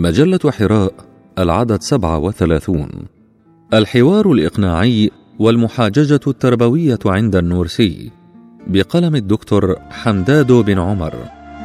مجلة حراء، العدد 37. الحوار الإقناعي والمحاججة التربوية عند النورسي، بقلم الدكتور حمداد بن عمر.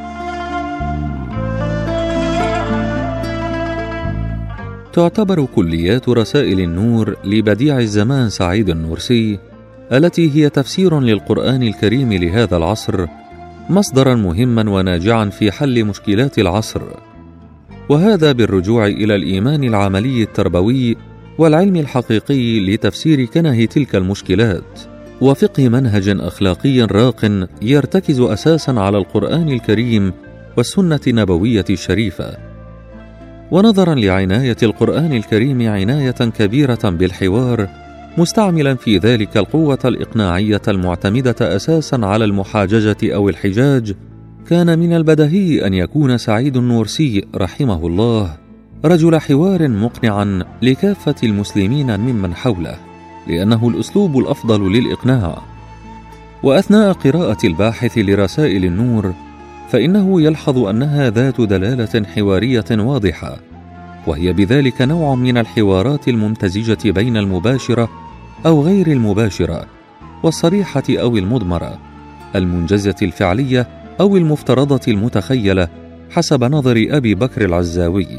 تعتبر كليات رسائل النور لبديع الزمان سعيد النورسي، التي هي تفسير للقرآن الكريم لهذا العصر، مصدرا مهما وناجعا في حل مشكلات العصر، وهذا بالرجوع إلى الإيمان العملي التربوي والعلم الحقيقي لتفسير كنه تلك المشكلات، وفقه منهج أخلاقي راق يرتكز أساسا على القرآن الكريم والسنة النبوية الشريفة. ونظرا لعناية القرآن الكريم عناية كبيرة بالحوار، مستعملا في ذلك القوة الإقناعية المعتمدة أساسا على المحاججة أو الحجاج، كان من البديهي أن يكون سعيد النورسي رحمه الله رجل حوار مقنعا لكافة المسلمين ممن حوله، لأنه الأسلوب الأفضل للإقناع. وأثناء قراءة الباحث لرسائل النور، فإنه يلحظ أنها ذات دلالة حوارية واضحة، وهي بذلك نوع من الحوارات الممتزجة بين المباشرة أو غير المباشرة، والصريحة أو المضمرة، المنجزة الفعلية أو المفترضة المتخيلة، حسب نظر أبي بكر العزاوي.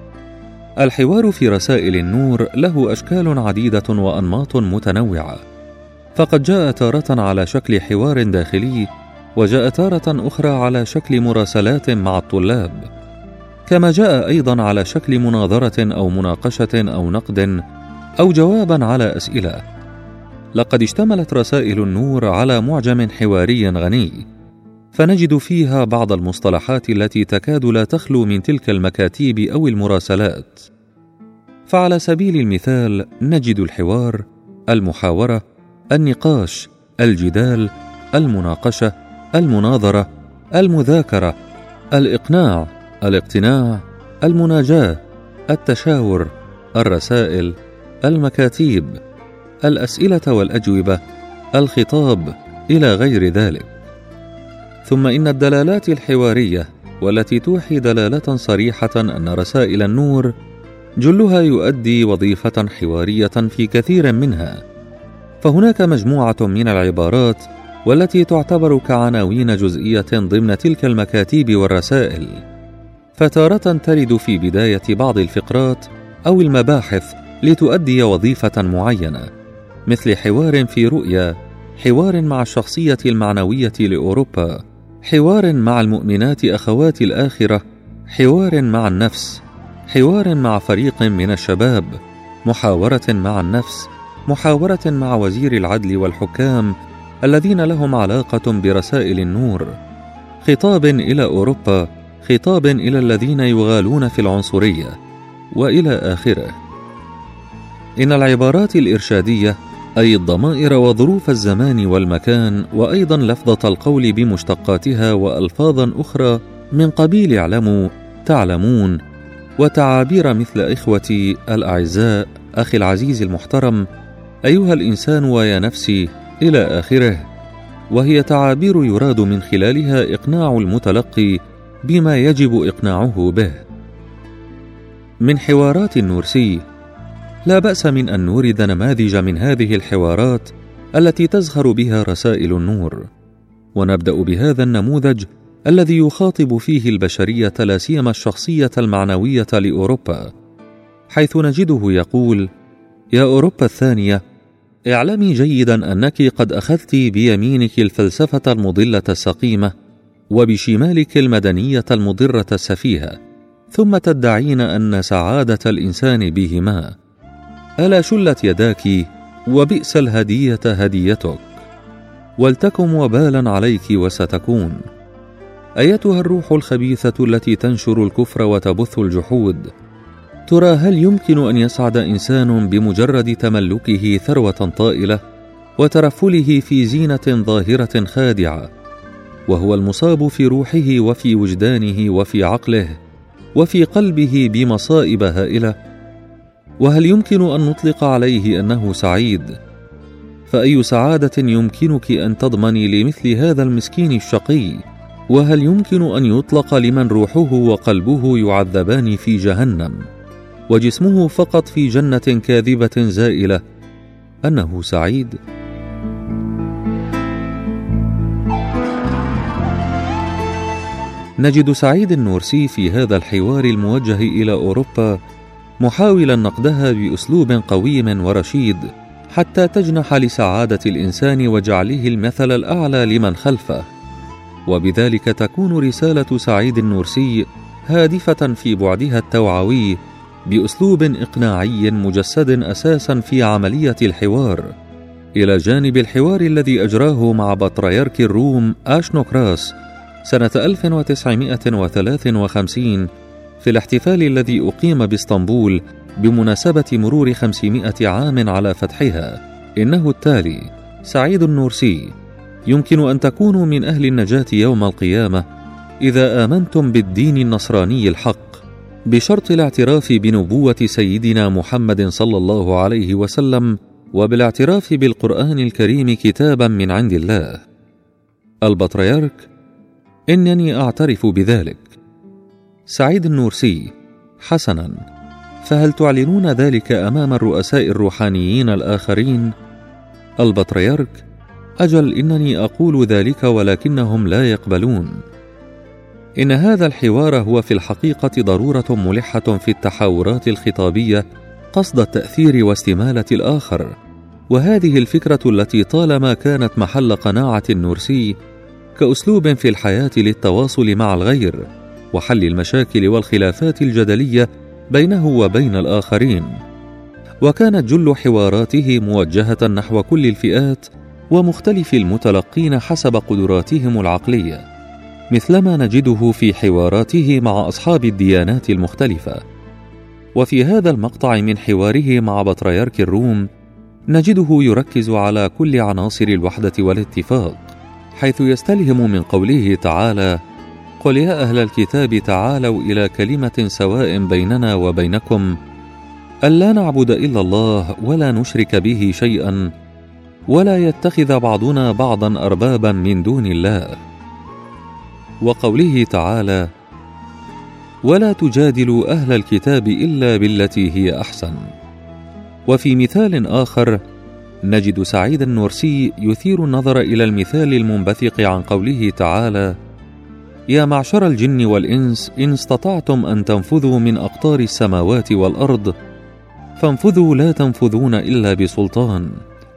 الحوار في رسائل النور له أشكال عديدة وأنماط متنوعة، فقد جاء تارة على شكل حوار داخلي، وجاء تارة أخرى على شكل مراسلات مع الطلاب، كما جاء أيضا على شكل مناظرة أو مناقشة أو نقد أو جوابا على أسئلة. لقد اشتملت رسائل النور على معجم حواري غني، فنجد فيها بعض المصطلحات التي تكاد لا تخلو من تلك المكاتيب أو المراسلات. فعلى سبيل المثال نجد الحوار، المحاورة، النقاش، الجدال، المناقشة، المناظرة، المذاكرة، الإقناع، الاقتناع، المناجاة، التشاور، الرسائل، المكاتيب، الأسئلة والأجوبة، الخطاب، إلى غير ذلك. ثم إن الدلالات الحوارية والتي توحي دلالة صريحة أن رسائل النور جلها يؤدي وظيفة حوارية في كثير منها، فهناك مجموعة من العبارات والتي تعتبر كعناوين جزئية ضمن تلك المكاتيب والرسائل، فتارة ترد في بداية بعض الفقرات أو المباحث لتؤدي وظيفة معينة، مثل حوار في رؤيا، حوار مع الشخصية المعنوية لأوروبا، حوار مع المؤمنات أخوات الآخرة، حوار مع النفس، حوار مع فريق من الشباب، محاورة مع النفس، محاورة مع وزير العدل والحكام الذين لهم علاقة برسائل النور، خطاب إلى أوروبا، خطاب إلى الذين يغالون في العنصرية، وإلى آخره. إن العبارات الإرشادية، أي الضمائر وظروف الزمان والمكان، وأيضا لفظة القول بمشتقاتها وألفاظا أخرى من قبيل اعلموا، تعلمون، وتعابير مثل إخوتي الأعزاء، أخي العزيز المحترم، أيها الإنسان ويا نفسي، إلى آخره، وهي تعابير يراد من خلالها إقناع المتلقي بما يجب إقناعه به. من حوارات النورسي لا بأس من أن نورد نماذج من هذه الحوارات التي تزخر بها رسائل النور، ونبدأ بهذا النموذج الذي يخاطب فيه البشرية لا سيما الشخصية المعنوية لأوروبا، حيث نجده يقول: يا أوروبا الثانية، اعلمي جيدا أنك قد أخذت بيمينك الفلسفة المضلة السقيمة، وبشمالك المدنية المضرة السفيهة، ثم تدعين أن سعادة الإنسان بهما. ألا شلت يداك، وبئس الهدية هديتك، ولتكن وبالا عليك وستكون. أيتها الروح الخبيثة التي تنشر الكفر وتبث الجحود، ترى هل يمكن أن يسعد إنسان بمجرد تملكه ثروة طائلة وترفله في زينة ظاهرة خادعة، وهو المصاب في روحه وفي وجدانه وفي عقله وفي قلبه بمصائب هائلة؟ وهل يمكن أن نطلق عليه أنه سعيد؟ فأي سعادة يمكنك أن تضمني لمثل هذا المسكين الشقي وهل يمكن أن يطلق لمن روحه وقلبه يعذبان في جهنم وجسمه فقط في جنة كاذبة زائلة أنه سعيد؟ نجد سعيد النورسي في هذا الحوار الموجه إلى أوروبا محاولا نقدها بأسلوب قويم ورشيد حتى تجنح لسعادة الإنسان وجعله المثل الأعلى لمن خلفه، وبذلك تكون رسالة سعيد النورسي هادفة في بعدها التوعوي بأسلوب إقناعي مجسد أساسا في عملية الحوار، إلى جانب الحوار الذي أجراه مع بطريرك الروم أشنوكراس سنة 1953 في الاحتفال الذي أقيم باسطنبول بمناسبة مرور 500 عام على فتحها، إنه التالي: سعيد النورسي: يمكن أن تكونوا من أهل النجاة يوم القيامة إذا آمنتم بالدين النصراني الحق بشرط الاعتراف بنبوة سيدنا محمد صلى الله عليه وسلم وبالاعتراف بالقرآن الكريم كتابا من عند الله. البطريرك: إنني أعترف بذلك. سعيد النورسي: حسنا، فهل تعلنون ذلك أمام الرؤساء الروحانيين الآخرين؟ البطريرك: أجل، إنني أقول ذلك ولكنهم لا يقبلون. إن هذا الحوار هو في الحقيقة ضرورة ملحة في التحاورات الخطابية قصد التأثير واستمالة الآخر، وهذه الفكرة التي طالما كانت محل قناعة النورسي كأسلوب في الحياة للتواصل مع الغير وحل المشاكل والخلافات الجدلية بينه وبين الآخرين. وكانت جل حواراته موجهة نحو كل الفئات ومختلف المتلقين حسب قدراتهم العقلية، مثلما نجده في حواراته مع أصحاب الديانات المختلفة. وفي هذا المقطع من حواره مع بطريرك الروم نجده يركز على كل عناصر الوحدة والاتفاق، حيث يستلهم من قوله تعالى: قل يا أهل الكتاب تعالوا إلى كلمة سواء بيننا وبينكم ألا نعبد إلا الله ولا نشرك به شيئا ولا يتخذ بعضنا بعضا أربابا من دون الله، وقوله تعالى: ولا تجادلوا أهل الكتاب إلا بالتي هي أحسن. وفي مثال آخر نجد سعيد النورسي يثير النظر إلى المثال المنبثق عن قوله تعالى: يا معشر الجن والإنس إن استطعتم أن تنفذوا من أقطار السماوات والأرض فانفذوا لا تنفذون إلا بسلطان،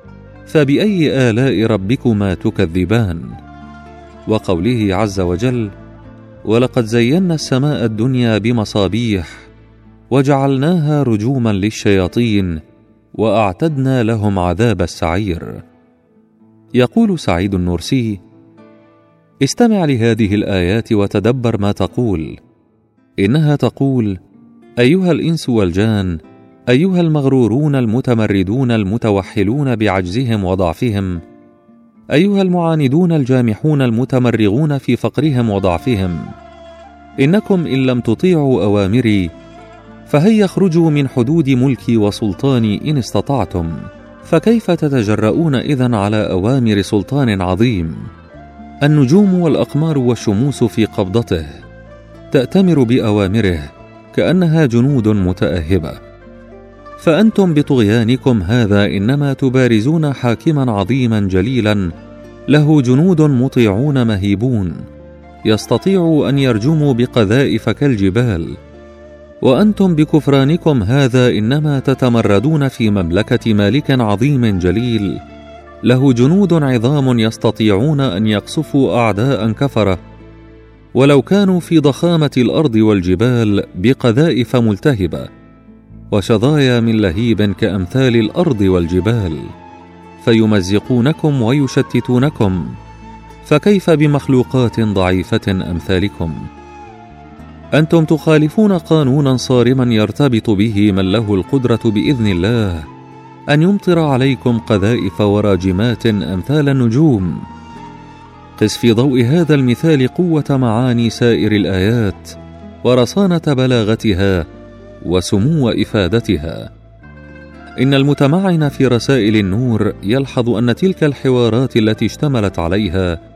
فبأي آلاء ربكما تكذبان. وقوله عز وجل: ولقد زينا السماء الدنيا بمصابيح وجعلناها رجوما للشياطين وأعتدنا لهم عذاب السعير. يقول سعيد النورسي: استمع لهذه الآيات وتدبر ما تقول. إنها تقول: أيها الإنس والجان، أيها المغرورون المتمردون المتوحلون بعجزهم وضعفهم، أيها المعاندون الجامحون المتمرغون في فقرهم وضعفهم، إنكم إن لم تطيعوا أوامري فهيا اخرجوا من حدود ملكي وسلطاني إن استطعتم، فكيف تتجرؤون إذن على أوامر سلطان عظيم؟ النجوم والأقمار والشموس في قبضته تأتمر بأوامره كأنها جنود متأهبة، فأنتم بطغيانكم هذا إنما تبارزون حاكما عظيما جليلا له جنود مطيعون مهيبون يستطيع أن يرجموا بقذائف كالجبال، وأنتم بكفرانكم هذا إنما تتمردون في مملكة مالك عظيم جليل له جنود عظام يستطيعون أن يقصفوا أعداء كفرة ولو كانوا في ضخامة الأرض والجبال بقذائف ملتهبة وشظايا من لهيب كأمثال الأرض والجبال، فيمزقونكم ويشتتونكم، فكيف بمخلوقات ضعيفة أمثالكم؟ أنتم تخالفون قانونا صارما يرتبط به من له القدرة بإذن الله أن يمطر عليكم قذائف وراجمات أمثال النجوم. قس في ضوء هذا المثال قوة معاني سائر الآيات ورصانة بلاغتها وسمو إفادتها. إن المتمعن في رسائل النور يلحظ أن تلك الحوارات التي اشتملت عليها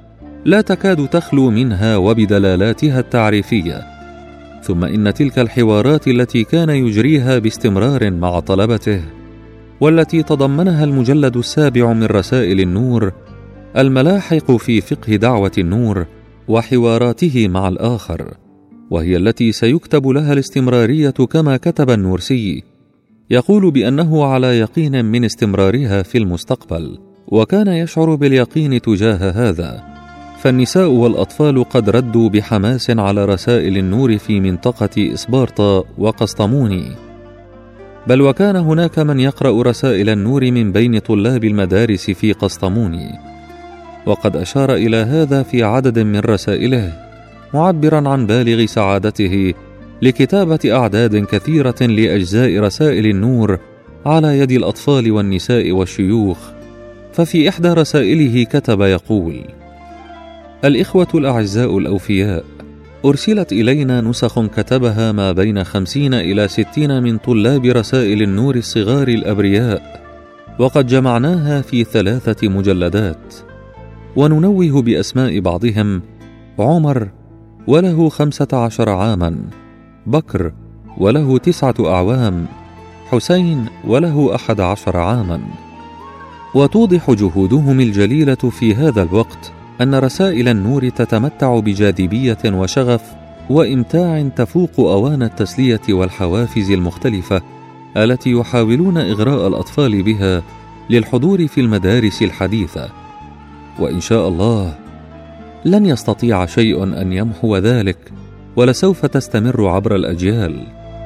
لا تكاد تخلو منها وبدلالاتها التعريفية. ثم إن تلك الحوارات التي كان يجريها باستمرار مع طلبته، والتي تضمنها المجلد 7 من رسائل النور، الملاحق في فقه دعوة النور وحواراته مع الآخر، وهي التي سيكتب لها الاستمرارية كما كتب النورسي، يقول بأنه على يقين من استمرارها في المستقبل، وكان يشعر باليقين تجاه هذا. فالنساء والأطفال قد ردوا بحماس على رسائل النور في منطقة إسبارطة وقسطموني، بل وكان هناك من يقرأ رسائل النور من بين طلاب المدارس في قسطموني، وقد أشار إلى هذا في عدد من رسائله، معبرا عن بالغ سعادته لكتابة أعداد كثيرة لأجزاء رسائل النور على يد الأطفال والنساء والشيوخ. ففي إحدى رسائله كتب يقول: الإخوة الأعزاء الأوفياء، أرسلت إلينا نسخ كتبها ما بين 50 إلى 60 من طلاب رسائل النور الصغار الأبرياء، وقد جمعناها في 3 مجلدات، وننوه بأسماء بعضهم: عمر وله 15 عاما، بكر وله 9 أعوام، حسين وله 11 عاما. وتوضح جهودهم الجليلة في هذا الوقت أن رسائل النور تتمتع بجاذبية وشغف وإمتاع تفوق أوان التسلية والحوافز المختلفة التي يحاولون إغراء الأطفال بها للحضور في المدارس الحديثة، وإن شاء الله لن يستطيع شيء أن يمحو ذلك، ولسوف تستمر عبر الأجيال.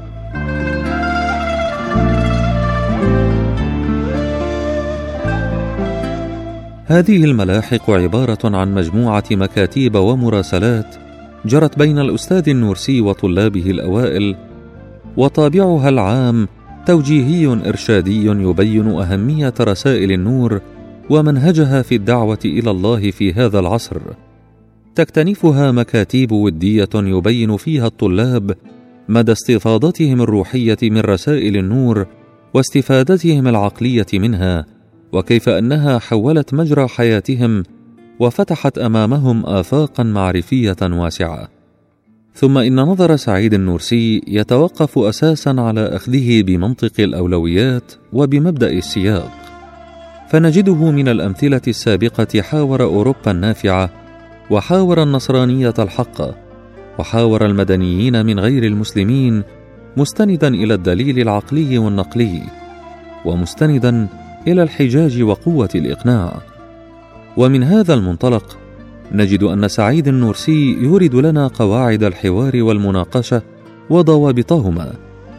هذه الملاحق عبارة عن مجموعة مكاتيب ومراسلات جرت بين الأستاذ النورسي وطلابه الأوائل، وطابعها العام توجيهي إرشادي يبين أهمية رسائل النور ومنهجها في الدعوة إلى الله في هذا العصر. تكتنفها مكاتيب ودية يبين فيها الطلاب مدى استفاضتهم الروحية من رسائل النور واستفادتهم العقلية منها، وكيف أنها حولت مجرى حياتهم وفتحت أمامهم آفاقا معرفية واسعة. ثم إن نظر سعيد النورسي يتوقف أساسا على أخذه بمنطق الأولويات وبمبدأ السياق، فنجده من الأمثلة السابقة حاور أوروبا النافعة، وحاور النصرانية الحقة، وحاور المدنيين من غير المسلمين، مستندا إلى الدليل العقلي والنقلي، ومستندا إلى الحجاج وقوة الإقناع. ومن هذا المنطلق نجد أن سعيد النورسي يورد لنا قواعد الحوار والمناقشة وضوابطهما،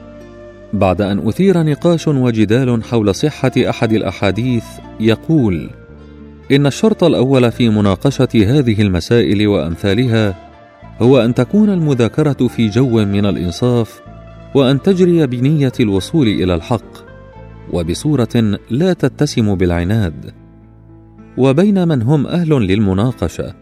بعد أن أثير نقاش وجدال حول صحة أحد الأحاديث. يقول: إن الشرط الأول في مناقشة هذه المسائل وأمثالها هو أن تكون المذاكرة في جو من الإنصاف، وأن تجري بنية الوصول إلى الحق، وبصورة لا تتسم بالعناد، وبين من هم أهل للمناقشة،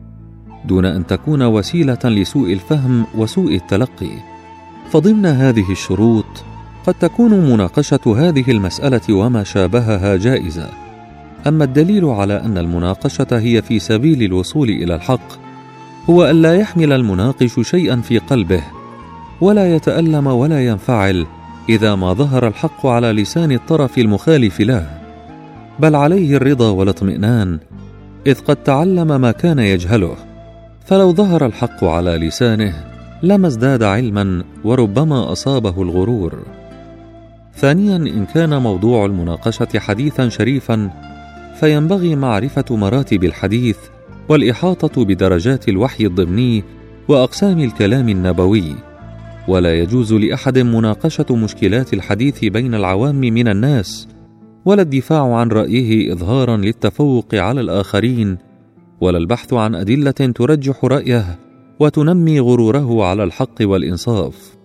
دون أن تكون وسيلة لسوء الفهم وسوء التلقي. فضمن هذه الشروط قد تكون مناقشة هذه المسألة وما شابهها جائزة، أما الدليل على أن المناقشة هي في سبيل الوصول إلى الحق هو أن لا يحمل المناقش شيئا في قلبه، ولا يتألم ولا ينفعل إذا ما ظهر الحق على لسان الطرف المخالف له، بل عليه الرضا والاطمئنان، إذ قد تعلم ما كان يجهله، فلو ظهر الحق على لسانه لما ازداد علما وربما أصابه الغرور. ثانيا، إن كان موضوع المناقشة حديثا شريفا فينبغي معرفة مراتب الحديث والإحاطة بدرجات الوحي الضمني وأقسام الكلام النبوي، ولا يجوز لأحد مناقشة مشكلات الحديث بين العوام من الناس، ولا الدفاع عن رأيه إظهارا للتفوق على الآخرين، ولا البحث عن أدلة ترجح رأيه وتنمي غروره على الحق والإنصاف.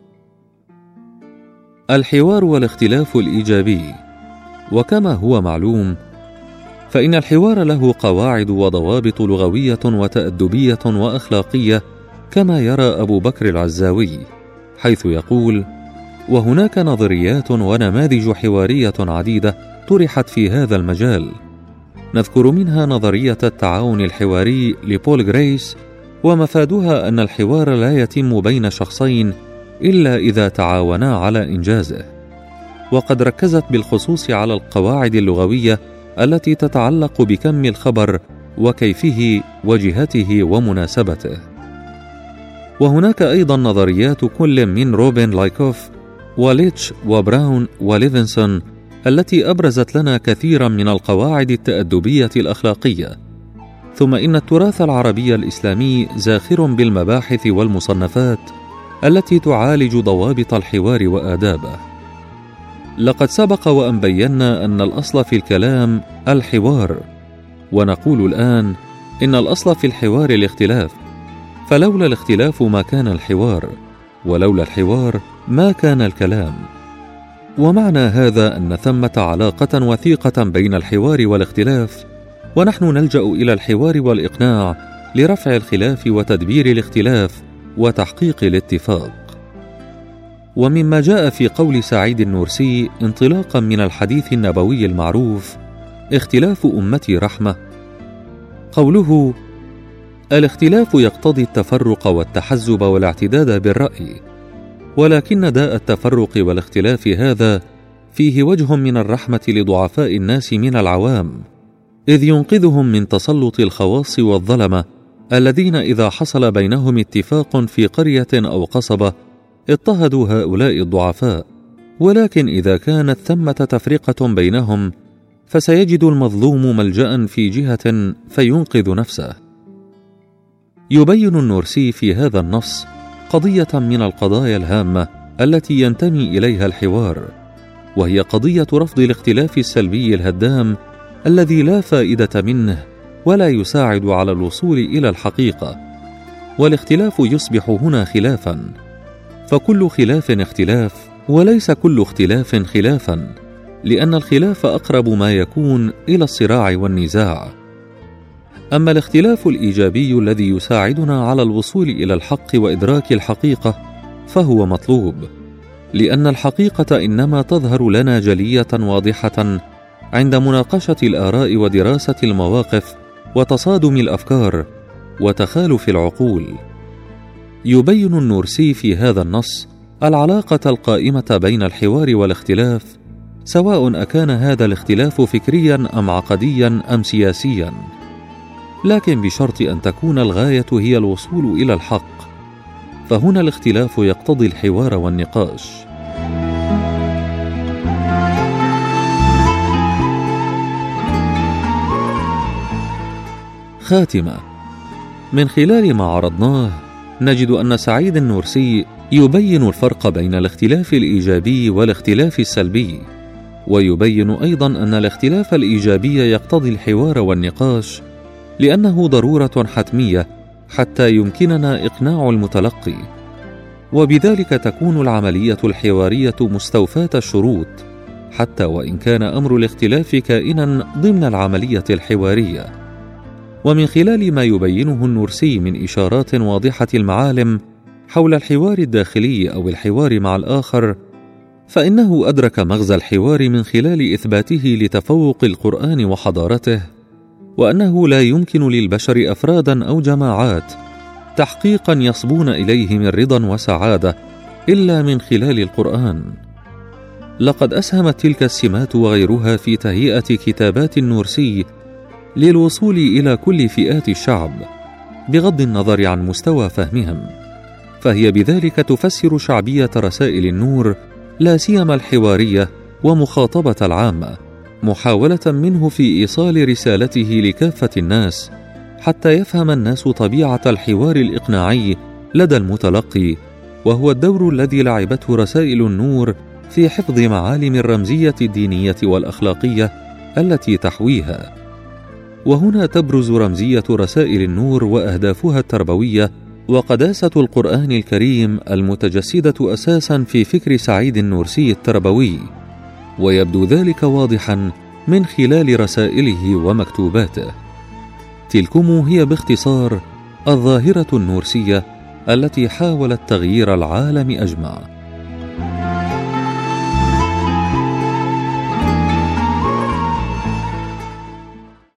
الحوار والاختلاف الإيجابي. وكما هو معلوم فإن الحوار له قواعد وضوابط لغوية وتأدبية وأخلاقية، كما يرى أبو بكر العزاوي، حيث يقول: وهناك نظريات ونماذج حوارية عديدة طرحت في هذا المجال، نذكر منها نظرية التعاون الحواري لبول غريس، ومفادها أن الحوار لا يتم بين شخصين إلا إذا تعاونا على إنجازه. وقد ركزت بالخصوص على القواعد اللغوية التي تتعلق بكم الخبر وكيفه وجهته ومناسبته. وهناك أيضا نظريات كل من روبن لايكوف وليتش وبراون وليفنسون التي أبرزت لنا كثيرا من القواعد التأدبية الأخلاقية. ثم إن التراث العربي الإسلامي زاخر بالمباحث والمصنفات التي تعالج ضوابط الحوار وآدابه. لقد سبق وأن بينا أن الأصل في الكلام الحوار، ونقول الآن إن الأصل في الحوار الاختلاف، فلولا الاختلاف ما كان الحوار، ولولا الحوار ما كان الكلام. ومعنى هذا أن ثمة علاقة وثيقة بين الحوار والاختلاف، ونحن نلجأ إلى الحوار والإقناع لرفع الخلاف وتدبير الاختلاف وتحقيق الاتفاق. ومما جاء في قول سعيد النورسي انطلاقا من الحديث النبوي المعروف: اختلاف أمتي رحمة، قوله: الاختلاف يقتضي التفرق والتحزب والاعتداد بالرأي، ولكن داء التفرق والاختلاف هذا فيه وجه من الرحمة لضعفاء الناس من العوام، إذ ينقذهم من تسلط الخواص والظلمة الذين إذا حصل بينهم اتفاق في قرية أو قصبة اضطهدوا هؤلاء الضعفاء. ولكن إذا كانت ثمة تفرقة بينهم فسيجد المظلوم ملجأ في جهة فينقذ نفسه. يبين النورسي في هذا النص قضية من القضايا الهامة التي ينتمي إليها الحوار، وهي قضية رفض الاختلاف السلبي الهدام الذي لا فائدة منه ولا يساعد على الوصول إلى الحقيقة. والاختلاف يصبح هنا خلافا، فكل خلاف اختلاف، وليس كل اختلاف خلافا، لأن الخلاف أقرب ما يكون إلى الصراع والنزاع. أما الاختلاف الإيجابي الذي يساعدنا على الوصول إلى الحق وإدراك الحقيقة فهو مطلوب، لأن الحقيقة إنما تظهر لنا جلية واضحة عند مناقشة الآراء ودراسة المواقف وتصادم الأفكار وتخالف العقول. يبين النورسي في هذا النص العلاقة القائمة بين الحوار والاختلاف، سواء أكان هذا الاختلاف فكريا أم عقديا أم سياسيا، لكن بشرط أن تكون الغاية هي الوصول إلى الحق، فهنا الاختلاف يقتضي الحوار والنقاش. خاتمة: من خلال ما عرضناه نجد أن سعيد النورسي يبين الفرق بين الاختلاف الإيجابي والاختلاف السلبي، ويبين أيضا أن الاختلاف الإيجابي يقتضي الحوار والنقاش، لأنه ضرورة حتمية حتى يمكننا إقناع المتلقي، وبذلك تكون العملية الحوارية مستوفاة الشروط، حتى وإن كان أمر الاختلاف كائنا ضمن العملية الحوارية. ومن خلال ما يبينه النورسي من إشارات واضحة المعالم حول الحوار الداخلي أو الحوار مع الآخر، فإنه أدرك مغزى الحوار من خلال إثباته لتفوق القرآن وحضارته، وأنه لا يمكن للبشر أفرادا أو جماعات تحقيقا يصبون إليه من رضا وسعادة إلا من خلال القرآن. لقد أسهمت تلك السمات وغيرها في تهيئة كتابات النورسي للوصول إلى كل فئات الشعب بغض النظر عن مستوى فهمهم، فهي بذلك تفسر شعبية رسائل النور، لا سيما الحوارية ومخاطبة العامة، محاولة منه في إيصال رسالته لكافة الناس حتى يفهم الناس طبيعة الحوار الإقناعي لدى المتلقي، وهو الدور الذي لعبته رسائل النور في حفظ معالم الرمزية الدينية والأخلاقية التي تحويها. وهنا تبرز رمزية رسائل النور وأهدافها التربوية وقداسة القرآن الكريم المتجسدة أساسا في فكر سعيد النورسي التربوي، ويبدو ذلك واضحا من خلال رسائله ومكتوباته. تلكم هي باختصار الظاهرة النورسية التي حاولت تغيير العالم أجمع.